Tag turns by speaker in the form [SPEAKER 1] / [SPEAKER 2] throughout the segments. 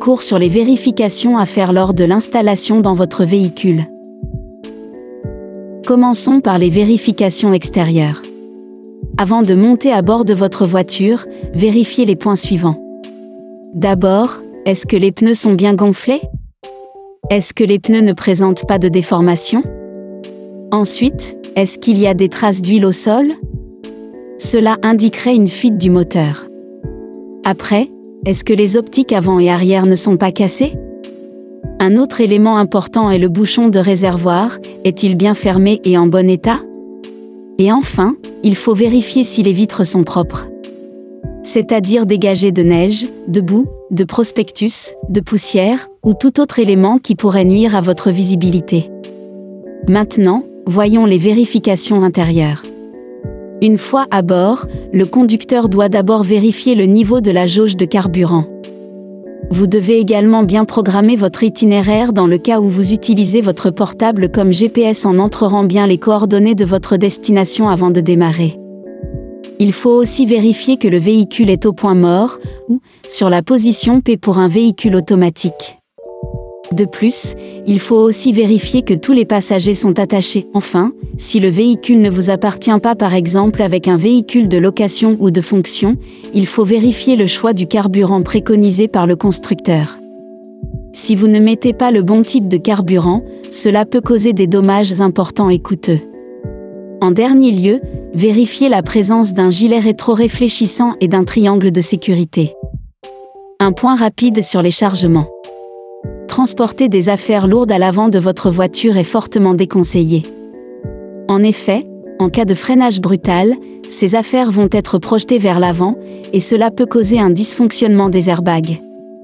[SPEAKER 1] cours sur les vérifications à faire lors de l'installation dans votre véhicule. Commençons par les vérifications extérieures. Avant de monter à bord de votre voiture, vérifiez les points suivants. D'abord, est-ce que les pneus sont bien gonflés? Est-ce que les pneus ne présentent pas de déformation? Ensuite, est-ce qu'il y a des traces d'huile au sol? Cela indiquerait une fuite du moteur. Après, est-ce que les optiques avant et arrière ne sont pas cassées? Un autre élément important est le bouchon de réservoir, est-il bien fermé et en bon état? Et enfin, il faut vérifier si les vitres sont propres. C'est-à-dire dégagées de neige, de boue, de prospectus, de poussière, ou tout autre élément qui pourrait nuire à votre visibilité. Maintenant, voyons les vérifications intérieures. Une fois à bord, le conducteur doit d'abord vérifier le niveau de la jauge de carburant. Vous devez également bien programmer votre itinéraire dans le cas où vous utilisez votre portable comme GPS en entrerant bien les coordonnées de votre destination avant de démarrer. Il faut aussi vérifier que le véhicule est au point mort, ou sur la position P pour un véhicule automatique. De plus, il faut aussi vérifier que tous les passagers sont attachés. Enfin, si le véhicule ne vous appartient pas par exemple avec un véhicule de location ou de fonction, il faut vérifier le choix du carburant préconisé par le constructeur. Si vous ne mettez pas le bon type de carburant, cela peut causer des dommages importants et coûteux. En dernier lieu, vérifiez la présence d'un gilet rétro-réfléchissant et d'un triangle de sécurité. Un point rapide sur les chargements. Transporter des affaires lourdes à l'avant de votre voiture est fortement déconseillé. En effet, en cas de freinage brutal, ces affaires vont être projetées vers l'avant, et cela peut causer un dysfonctionnement des airbags.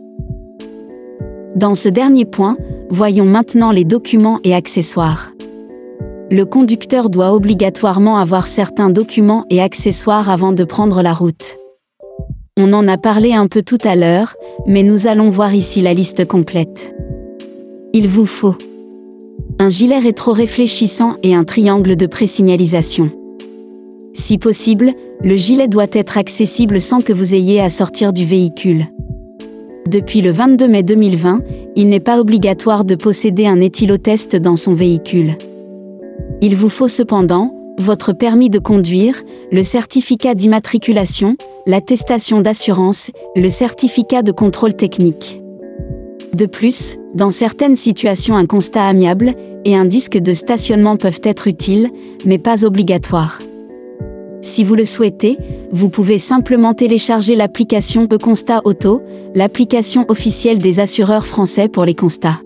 [SPEAKER 1] Dans ce dernier point, voyons maintenant les documents et accessoires. Le conducteur doit obligatoirement avoir certains documents et accessoires avant de prendre la route. On en a parlé un peu tout à l'heure, mais nous allons voir ici la liste complète. Il vous faut un gilet rétro-réfléchissant et un triangle de présignalisation. Si possible, le gilet doit être accessible sans que vous ayez à sortir du véhicule. Depuis le 22 mai 2020, il n'est pas obligatoire de posséder un éthylotest dans son véhicule. Il vous faut cependant votre permis de conduire, le certificat d'immatriculation, l'attestation d'assurance, le certificat de contrôle technique. De plus, dans certaines situations un constat amiable et un disque de stationnement peuvent être utiles, mais pas obligatoires. Si vous le souhaitez, vous pouvez simplement télécharger l'application E-Constat Auto, l'application officielle des assureurs français pour les constats.